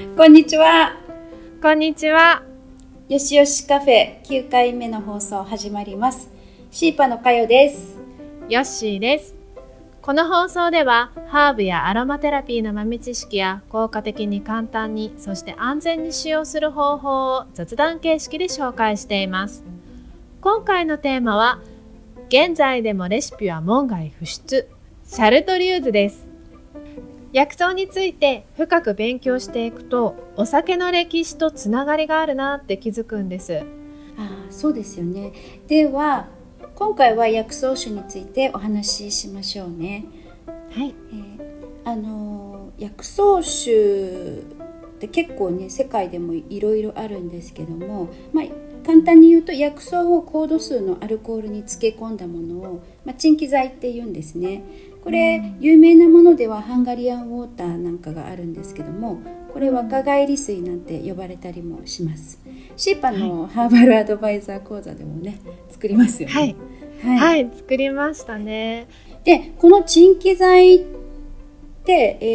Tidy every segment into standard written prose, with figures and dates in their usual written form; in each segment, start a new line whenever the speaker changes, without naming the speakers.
こんにちは。
こんにちは。
よしよしカフェ9回目の放送始まります。シーパのかよです。
ヨッシーです。この放送ではハーブやアロマテラピーの豆知識や効果的に簡単にそして安全に使用する方法を雑談形式で紹介しています。今回のテーマは現在でもレシピは門外不出、シャルトリューズです。薬草について深く勉強していくとお酒の歴史とつながりがあるなって気づくんです。
そうですよね。では今回は薬草酒についてお話ししましょうね。
はい。
薬草酒って結構ね世界でもいろいろあるんですけども、簡単に言うと薬草を高度数のアルコールに漬け込んだものを、鎮気剤って言うんですね。これ有名なものではハンガリアンウォーターなんかがあるんですけども、これ若返り水なんて呼ばれたりもします。シーパのハーバルアドバイザー講座でもね作りますよね。
はい、作りましたね。
でこの鎮気剤って、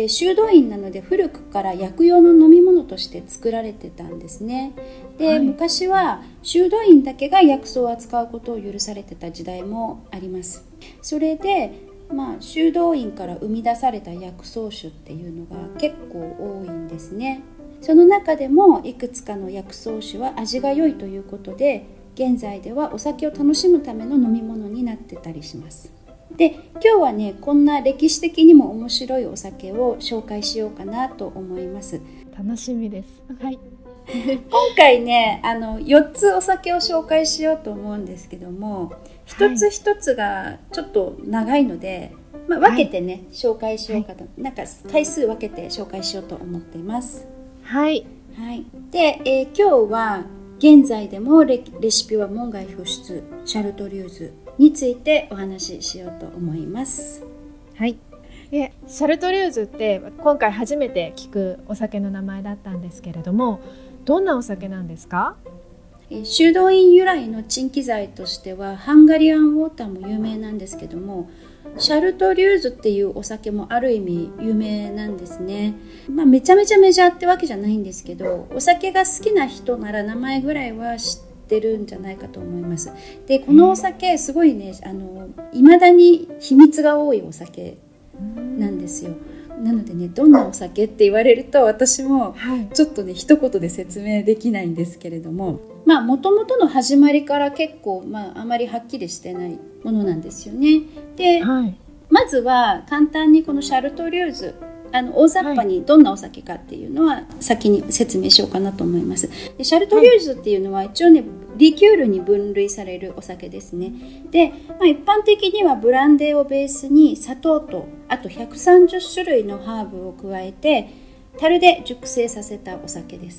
修道院なので古くから薬用の飲み物として作られてたんですね。で、昔は修道院だけが薬草を扱うことを許されてた時代もあります。それで修道院から生み出された薬草酒っていうのが結構多いんですね。その中でもいくつかの薬草酒は味が良いということで現在ではお酒を楽しむための飲み物になってたりします。で今日はねこんな歴史的にも面白いお酒を紹介しようかなと思います。
楽しみです。はい。
今回ね4つお酒を紹介しようと思うんですけども、一つ一つがちょっと長いので、分けてね、紹介しようかと、なんか回数分けて紹介しようと思っています。
はい、
で、今日は現在でもレシピは門外不出シャルトリューズについてお話ししようと思います。
はい。でシャルトリューズって今回初めて聞くお酒の名前だったんですけれども、どんなお酒なんですか？
修道院由来の鎮気剤としてはハンガリアンウォーターも有名なんですけども、シャルトリューズっていうお酒もある意味有名なんですね。めちゃめちゃメジャーってわけじゃないんですけど、お酒が好きな人なら名前ぐらいは知ってるんじゃないかと思います。でこのお酒すごいね未だに秘密が多いお酒なんですよ。なのでねどんなお酒って言われると私もちょっとね一言で説明できないんですけれども、もともとの始まりから結構あまりはっきりしてないものなんですよね。で、まずは簡単にこのシャルトリューズ大雑把にどんなお酒かっていうのは先に説明しようかなと思います。でシャルトリューズっていうのは一応ねリキュールに分類されるお酒ですね。で、一般的にはブランデーをベースに砂糖とあと130種類のハーブを加えて樽で熟成させたお酒です。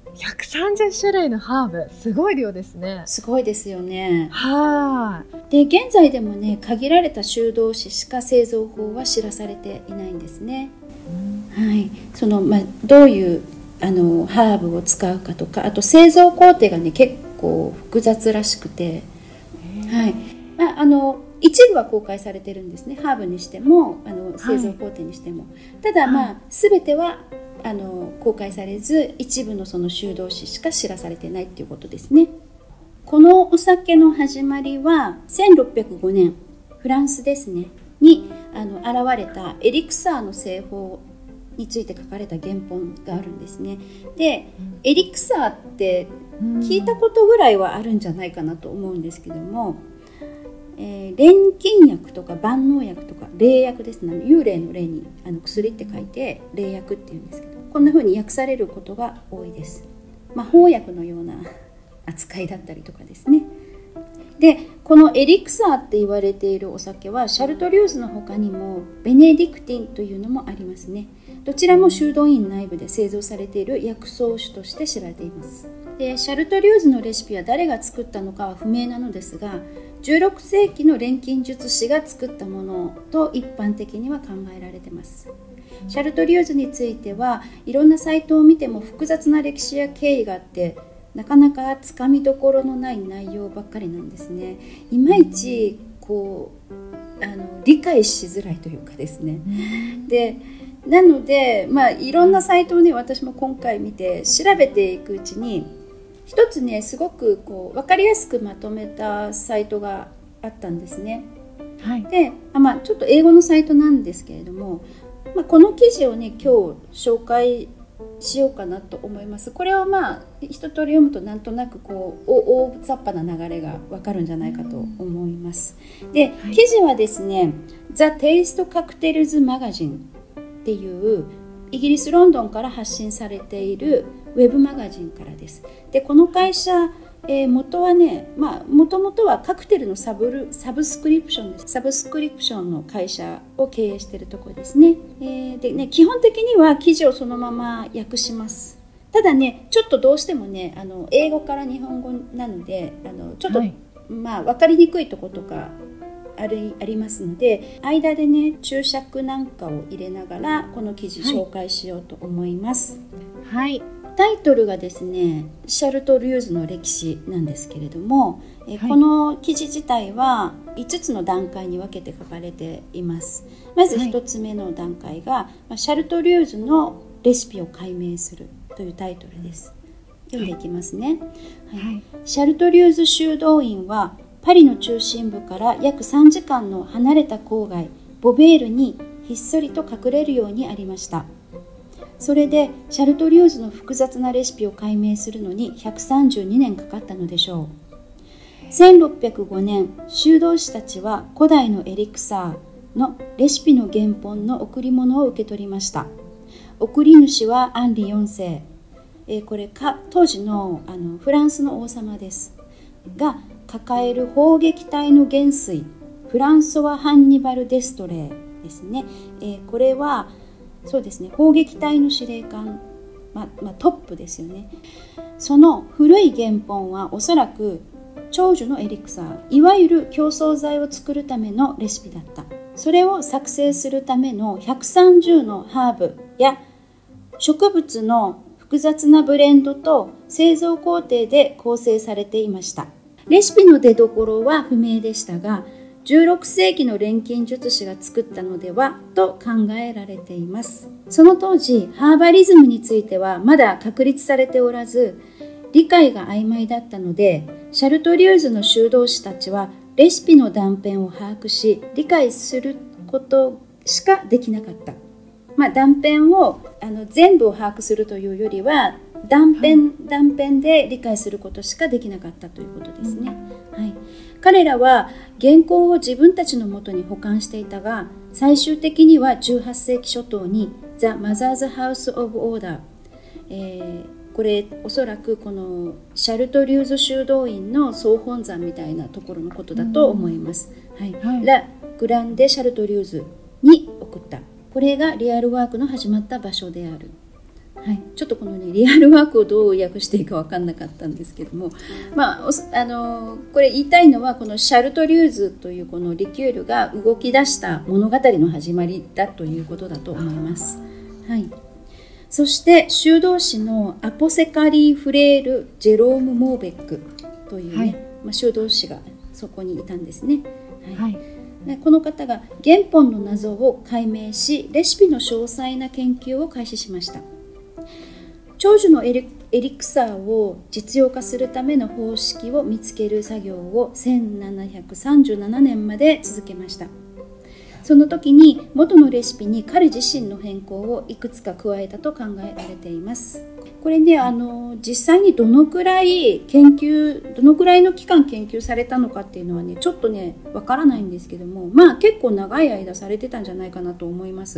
130種類のハーブ、すごい量ですね。
すごいですよね。
は
で現在でもね限られた修道士しか製造法は知らされていないんですね。そのどういうハーブを使うかとか、あと製造工程がね結構複雑らしくて、一部は公開されてるんですね。ハーブにしても製造工程にしても、ただ全ては公開されず一部のその修道士しか知らされてないっていうことですね。このお酒の始まりは1605年フランスですねに現れたエリクサーの製法について書かれた原本があるんですね。でエリクサーって聞いたことぐらいはあるんじゃないかなと思うんですけども、錬金薬とか万能薬とか霊薬ですね。幽霊の霊に薬って書いて霊薬っていうんですけど、こんな風に訳されることが多いです。翻訳のような扱いだったりとかですね。でこのエリクサーって言われているお酒はシャルトリューズの他にもベネディクティンというのもありますね。どちらも修道院内部で製造されている薬草酒として知られています。でシャルトリューズのレシピは誰が作ったのかは不明なのですが、16世紀の錬金術師が作ったものと一般的には考えられています。シャルトリューズについてはいろんなサイトを見ても複雑な歴史や経緯があってなかなかつかみどころのない内容ばっかりなんですね。いまいち理解しづらいというかですね。でなので、いろんなサイトをね、私も今回見て調べていくうちに、一つねすごく分かりやすくまとめたサイトがあったんですね。
はい、
でちょっと英語のサイトなんですけれども、この記事をね今日紹介しようかなと思います。これを一通り読むとなんとなく大雑把な流れがわかるんじゃないかと思います。で、記事はですね The Taste Cocktails Magazine っていうイギリスロンドンから発信されているウェブマガジンからです。でこの会社、元はねもともとはカクテルのサブスクリプションです。サブスクリプションの会社を経営しているところですね。でね基本的には記事をそのまま訳します。ただねちょっとどうしてもね英語から日本語なのでちょっと、分かりにくいところとかありますので、間でね注釈なんかを入れながらこの記事紹介しようと思います。
はい、
タイトルがですねシャルトリューズの歴史なんですけれども、この記事自体は5つの段階に分けて書かれています。まず1つ目の段階が、シャルトリューズのレシピを解明するというタイトルです。読んでいきますね。シャルトリューズ修道院はパリの中心部から約3時間の離れた郊外ボベールにひっそりと隠れるようにありました。それでシャルトリューズの複雑なレシピを解明するのに132年かかったのでしょう。1605年修道士たちは古代のエリクサーのレシピの原本の贈り物を受け取りました。贈り主はアンリ4世、これ当時のフランスの王様ですが抱える砲撃隊の元帥フランソワ・ハンニバル・デストレーですね。これはそうですね砲撃隊の司令官、トップですよね。その古い原本はおそらく長寿のエリクサー、いわゆる競争剤を作るためのレシピだった。それを作成するための130のハーブや植物の複雑なブレンドと製造工程で構成されていました。レシピの出所は不明でしたが、16世紀の錬金術師が作ったのではと考えられています。その当時、ハーバリズムについてはまだ確立されておらず、理解が曖昧だったので、シャルトリューズの修道士たちはレシピの断片を把握し、理解することしかできなかった。断片を全部を把握するというよりは、断片で理解することしかできなかったということですね。彼らは原稿を自分たちのもとに保管していたが、最終的には18世紀初頭に The Mother's House of Order、これおそらくこのシャルトリューズ修道院の総本山みたいなところのことだと思います。ラ・グランデ・シャルトリューズに送った。これがリアルワークの始まった場所である。ちょっとこのねリアルワークをどう訳していいか分かんなかったんですけども、これ言いたいのはこのシャルトリューズというこのリキュールが動き出した物語の始まりだということだと思います。そして修道士のアポセカリー・フレール・ジェローム・モーベックというね、修道士がそこにいたんですね。この方が原本の謎を解明し、レシピの詳細な研究を開始しました。長寿のエリクサーを実用化するための方式を見つける作業を1737年まで続けました。その時に元のレシピに彼自身の変更をいくつか加えたと考えられています。これね実際にどのくらいの期間研究されたのかっていうのはねちょっとねわからないんですけども、結構長い間されてたんじゃないかなと思います。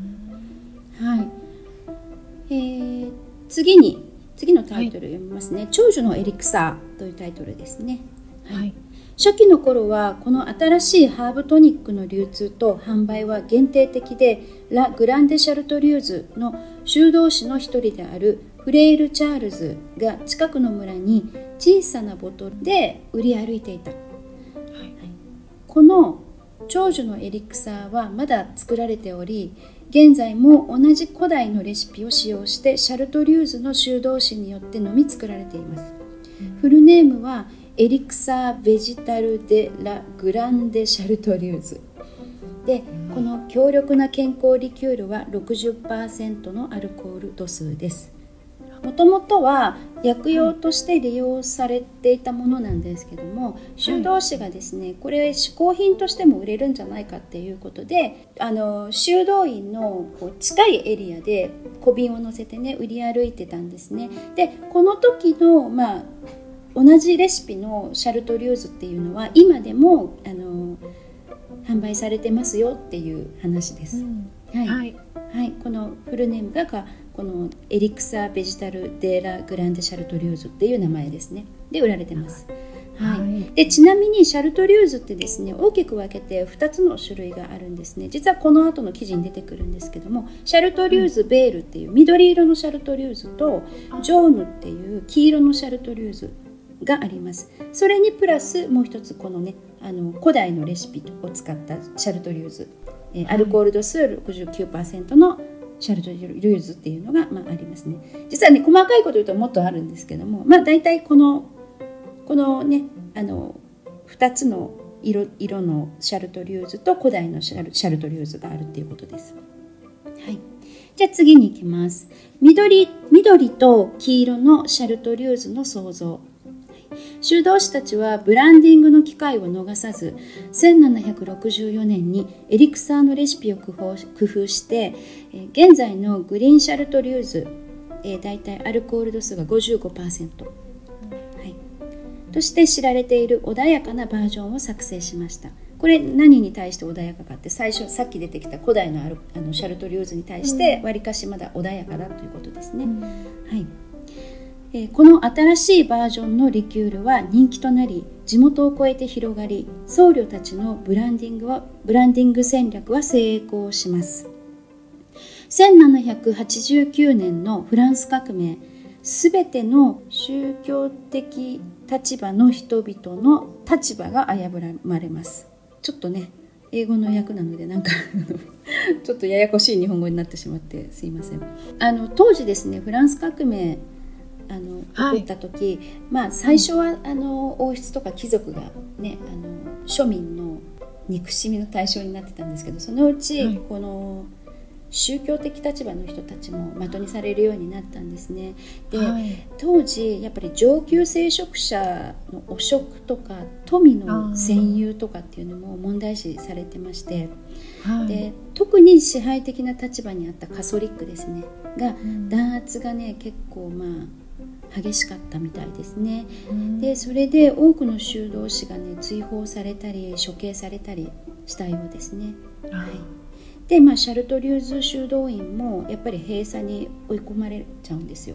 次のタイトル読みますね。長寿のエリクサーというタイトルですね。初期の頃はこの新しいハーブトニックの流通と販売は限定的で、ラ・グランデ・シャルトリューズの修道士の一人であるフレイル・チャールズが近くの村に小さなボトルで売り歩いていた。この長寿のエリクサーはまだ作られており、現在も同じ古代のレシピを使用してシャルトリューズの修道士によってのみ作られています。フルネームはエリクサー・ベジタル・デ・ラ・グランデ・シャルトリューズ。 でこの強力な健康リキュールは 60% のアルコール度数です。もともとは薬用として利用されていたものなんですけども、修道士がですね、これ嗜好品としても売れるんじゃないかっていうことで、修道院の近いエリアで小瓶を乗せてね売り歩いてたんですね。でこの時の、同じレシピのシャルトリューズっていうのは今でも販売されてますよっていう話です。このフルネームがこのエリクサーベジタルデーラグランデシャルトリューズっていう名前ですね。で売られてます。でちなみにシャルトリューズってですね、大きく分けて2つの種類があるんですね。実はこの後の記事に出てくるんですけども、シャルトリューズベールっていう緑色のシャルトリューズとジョーヌっていう黄色のシャルトリューズがあります。それにプラスもう一つこのね古代のレシピを使ったシャルトリューズ、アルコール度数 69% のシャルトリューズっていうのが、ありますね。実はね細かいこと言うともっとあるんですけども、だいたいこのね2つの色のシャルトリューズと古代のシャルトリューズがあるっていうことです。じゃあ次に行きます。緑と黄色のシャルトリューズの創造。修道士たちはブランディングの機会を逃さず、1764年にエリクサーのレシピを工夫して、現在のグリーンシャルトリューズ、だいたいアルコール度数が 55%、として知られている穏やかなバージョンを作成しました。これ何に対して穏やかかって、最初さっき出てきた古代のシャルトリューズに対してわりかしまだ穏やかだということですね。この新しいバージョンのリキュールは人気となり、地元を越えて広がり、僧侶たちのブランディング戦略は成功します。1789年のフランス革命、すべての宗教的立場の人々の立場が危ぶまれます。ちょっとね英語の訳なのでちょっとややこしい日本語になってしまってすいません。当時ですね、フランス革命起こった時、最初は王室とか貴族がね庶民の憎しみの対象になってたんですけど、そのうち、この宗教的立場の人たちも的にされるようになったんですね。で、当時やっぱり上級聖職者の汚職とか富の占有とかっていうのも問題視されてまして、で特に支配的な立場にあったカソリックですねが、弾圧がね結構激しかったみたいですね。でそれで多くの修道士がね追放されたり処刑されたりしたようですね。でシャルトリューズ修道院もやっぱり閉鎖に追い込まれちゃうんですよ。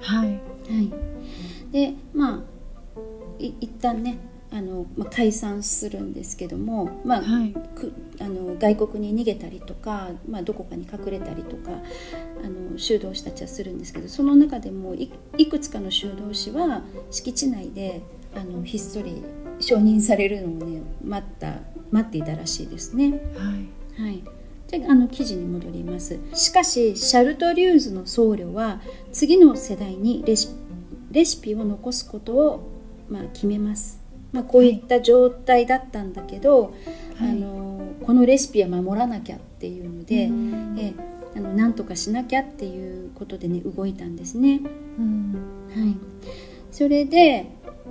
で一旦ね解散するんですけども、外国に逃げたりとか、どこかに隠れたりとか修道士たちはするんですけど、その中でも いくつかの修道士は敷地内でひっそり承認されるのをね待っていたらしいですね。で記事に戻ります。しかしシャルトリューズの僧侶は次の世代にレシピを残すことを決めます。こういった状態だったんだけど、このレシピは守らなきゃっていうので、なんとかしなきゃっていうことでね動いたんですね。それで、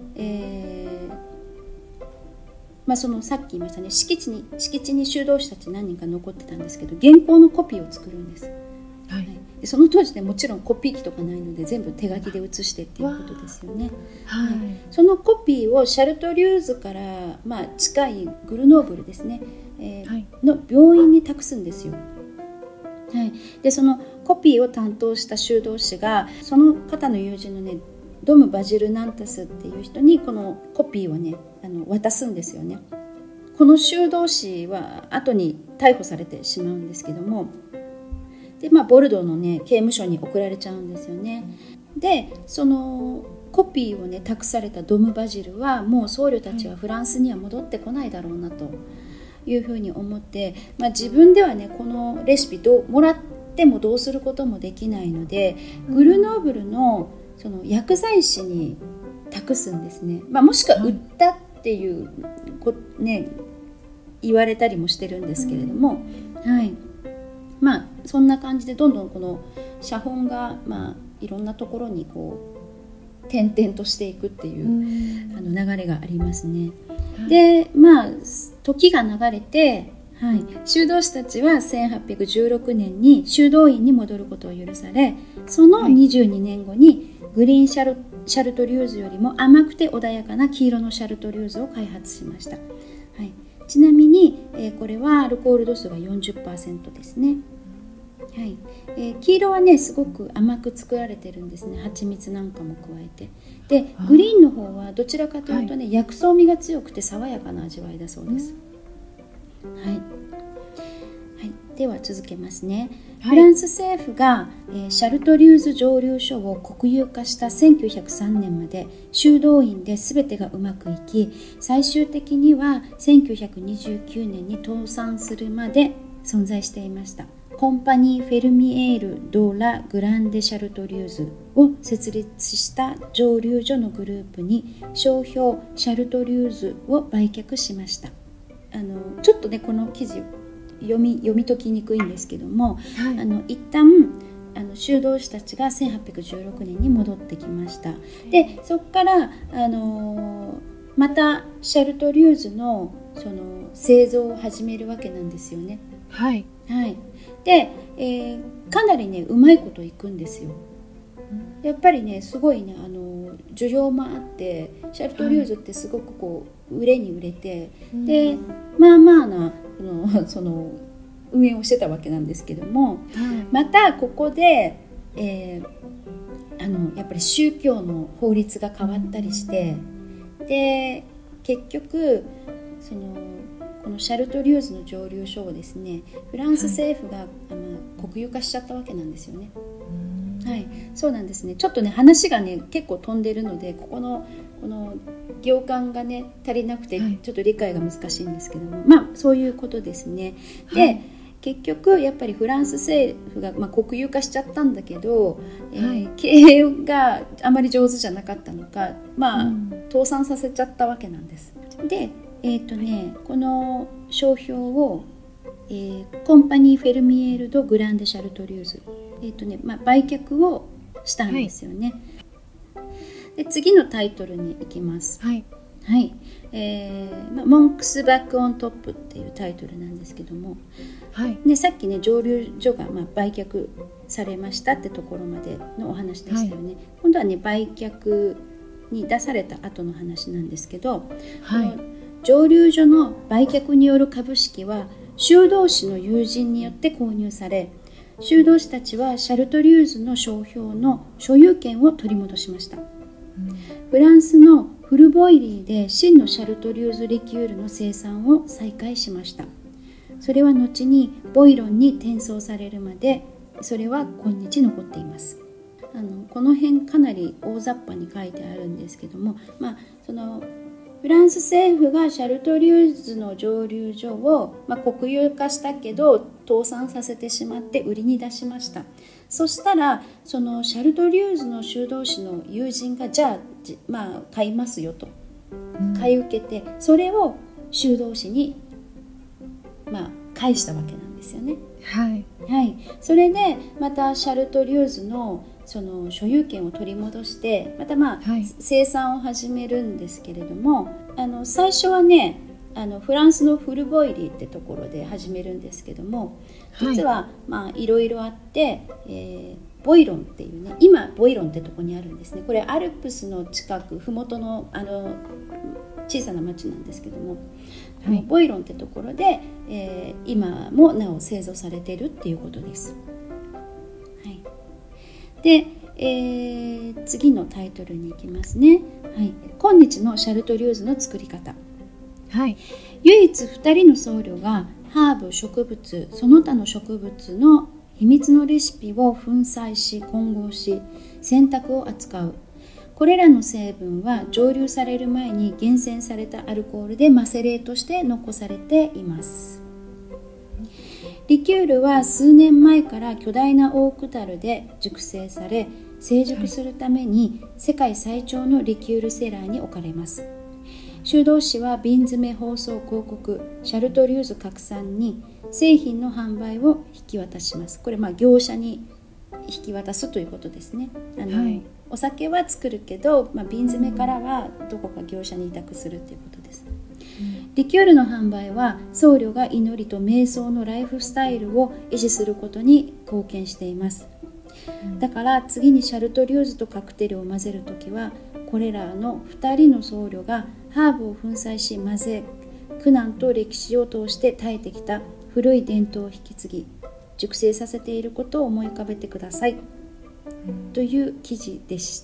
そのさっき言いましたね、敷地に修道士たち何人か残ってたんですけど、原稿のコピーを作るんです。でその当時でもちろんコピー機とかないので全部手書きで写してっていうことですよね。そのコピーをシャルトリューズから、近いグルノーブルですね、の病院に託すんですよ。でそのコピーを担当した修道士がその方の友人のねドム・バジル・ナンタスっていう人にこのコピーをね渡すんですよね。この修道士は後に逮捕されてしまうんですけども、でボルドーのね刑務所に送られちゃうんですよね。でそのコピーをね託されたドム・バジルはもう僧侶たちはフランスには戻ってこないだろうなというふうに思って、自分ではねこのレシピもらってもどうすることもできないので、グルノーブルのその薬剤師に託すんですね。もしくは売ったっていう言われたりもしてるんですけれども、はい、まあそんな感じでどんどんこの写本が、まあ、いろんなところにこう転々としていくっていう流れがありますね。でまあ時が流れて、はい、修道士たちは1816年に修道院に戻ることを許され、その22年後にグリーンシャルトリューズよりも甘くて穏やかな黄色のシャルトリューズを開発しました。はい、ちなみに、これはアルコール度数が 40% ですね。はい、黄色はねすごく甘く作られてるんですね。蜂蜜なんかも加えて。でグリーンの方はどちらかというとね、薬草味が強くて爽やかな味わいだそうです。はい、はい、では続けますね。フランス政府が、シャルトリューズ蒸留所を国有化した1903年まで修道院で全てがうまくいき、最終的には1929年に倒産するまで存在していました。コンパニー・フェルミエール・ド・ラ・グランデ・シャルトリューズを設立した蒸留所のグループに商標シャルトリューズを売却しました。ちょっとねこの記事読み解きにくいんですけども、一旦修道士たちが1816年に戻ってきました。でそこからまたシャルトリューズのその製造を始めるわけなんですよね。はい、はい、で、かなりねうまいこといくんですよ。やっぱりねすごいね需要もあって、シャルトリューズってすごくこう売れに売れて、でまあまあなその運営をしてたわけなんですけども、またここで、やっぱり宗教の法律が変わったりして、で結局このシャルトリューズの蒸留所をですねフランス政府が、国有化しちゃったわけなんですよね。はい、そうなんですね。ちょっとね話がね結構飛んでるのでこの行間がね足りなくてちょっと理解が難しいんですけども、まあそういうことですね。で、結局やっぱりフランス政府が、国有化しちゃったんだけど、経営があまり上手じゃなかったのか、倒産させちゃったわけなんです。でこの商標を、コンパニー・フェルミエール・ド・グランデ・シャルトリューズ売却をしたんですよね。で次のタイトルに行きます。モンクスバック・オン・トップっていうタイトルなんですけども、でさっきね蒸留所が売却されましたってところまでのお話でしたよね。今度はね売却に出された後の話なんですけど、この蒸留所の売却による株式は修道士の友人によって購入され、修道士たちはシャルトリューズの商標の所有権を取り戻しました。フランスのフルボイリーで真のシャルトリューズリキュールの生産を再開しました。それは後にボイロンに転送されるまで、それは今日残っています。この辺かなり大雑把に書いてあるんですけども、フランス政府がシャルトリューズの蒸留所を、国有化したけど倒産させてしまって売りに出しました。そしたらそのシャルトリューズの修道士の友人がじゃあ、買いますよと買い受けて、それを修道士に、返したわけなんですよね。それでまたシャルトリューズのその所有権を取り戻してまた生産を始めるんですけれども、最初はねフランスのフルボイリーってところで始めるんですけども、実はいろいろあって、ボイロンっていうね、今ボイロンってとこにあるんですね。これアルプスの近く麓の小さな町なんですけども、ボイロンってところで、今もなお製造されているっていうことです。で、次のタイトルに行きますね。今日のシャルトリューズの作り方。唯一2人の僧侶がハーブ、植物、その他の植物の秘密のレシピを粉砕し混合し洗濯を扱う。これらの成分は蒸留される前に厳選されたアルコールでマセレートして残されています。リキュールは数年前から巨大なオーク樽で熟成され、成熟するために世界最長のリキュールセラーに置かれます。 修道士は瓶詰め包装広告シャルトリューズ拡散に製品の販売を引き渡します。これ業者に引き渡すということですね。お酒は作るけど、瓶詰めからはどこか業者に委託するということです。リキュールの販売は僧侶が祈りと瞑想のライフスタイルを維持することに貢献しています。だから次にシャルトリューズとカクテルを混ぜるときは、これらの2人の僧侶がハーブを粉砕し混ぜ、苦難と歴史を通して耐えてきた古い伝統を引き継ぎ熟成させていることを思い浮かべてください、という記事でした。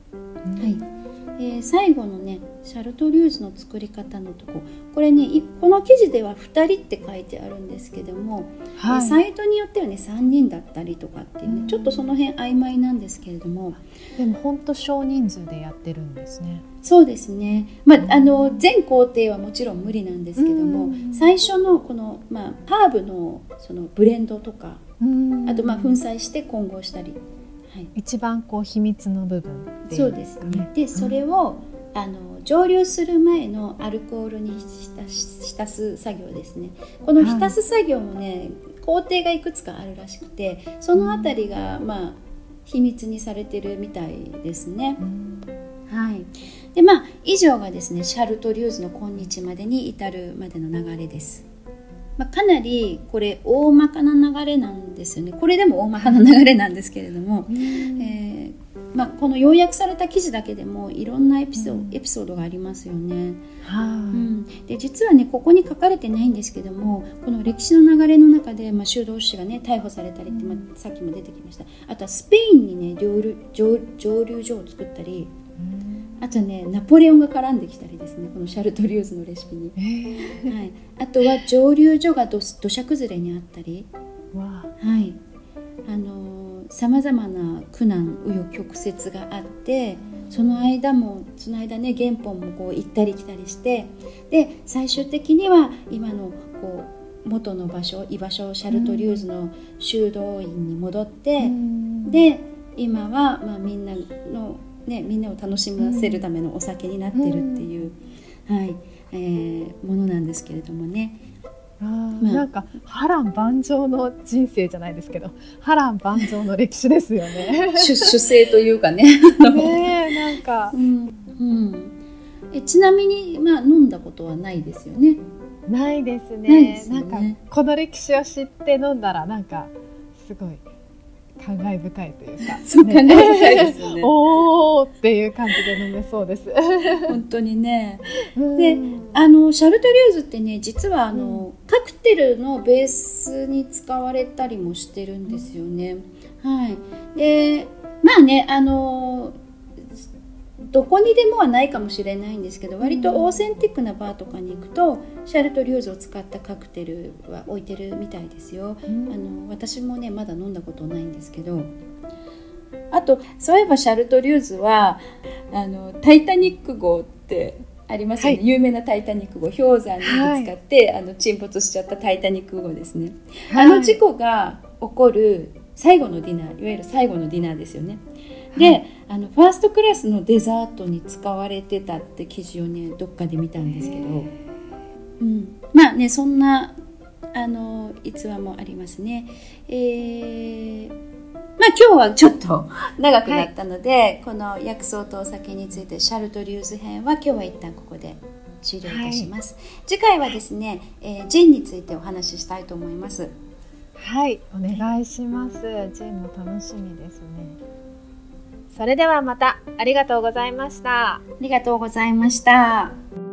最後のねシャルトリューズの作り方のとこれね、この記事では2人って書いてあるんですけども、サイトによってはね3人だったりとかっていうね、ちょっとその辺曖昧なんですけれども、
でも本当少人数でやってるんですね。
そうですね、全工程はもちろん無理なんですけども、最初のこの、ハーブのそのブレンドとか、あと粉砕して混合したり、
一番秘密の部分っていう、
そうですね。でそれを蒸留する前のアルコールに浸す作業ですね。この浸す作業もね、工程がいくつかあるらしくて、そのあたりが秘密にされてるみたいですね。で以上がですねシャルトリューズの今日までに至るまでの流れです。かなりこれ大まかな流れなんですよね。これでも大まかな流れなんですけれども、この要約された記事だけでもいろんなエピソードがありますよね。で実はねここに書かれてないんですけども、この歴史の流れの中で、修道士がね逮捕されたりって、さっきも出てきました。あとはスペインにね蒸留所を作ったり、あとねナポレオンが絡んできたりですね、このシャルトリューズのレシピに、あとは蒸留所が土砂崩れにあったり、さまざまな苦難紆余曲折があって、その間ね原本も行ったり来たりして、で最終的には今の元の居場所シャルトリューズの修道院に戻って、で今はみんなを楽しませるためのお酒になってるっていう、ものなんですけれどもね。
なんか波乱万丈の人生じゃないですけど、波乱万丈の歴史ですよね。
主生というかね。
なんか、
ちなみに飲んだことはないですよね。
ないですね。なんかこの歴史を知って飲んだらなんかすごい感慨深いというか、
感慨深いですよね。
おーっていう感じで飲めそうです。
本当にね。で、シャルトリューズってね、実はカクテルのベースに使われたりもしてるんですよね。で、どこにでもはないかもしれないんですけど、割とオーセンティックなバーとかに行くとシャルトリューズを使ったカクテルは置いてるみたいですよ。私もねまだ飲んだことないんですけど、あとそういえばシャルトリューズはタイタニック号ってありますよね、有名なタイタニック号、氷山にぶつかって、沈没しちゃったタイタニック号ですね。事故が起こる最後のディナー、いわゆる最後のディナーですよね。でファーストクラスのデザートに使われてたって記事をねどっかで見たんですけど、そんな逸話もありますね。今日はちょっと長くなったので、この薬草とお酒についてシャルトリューズ編は今日は一旦ここで終了いたします。次回はですね、ジンについてお話ししたいと思います。
お願いします。ジンも楽しみですね。それではまた、ありがとうございました。
ありがとうございました。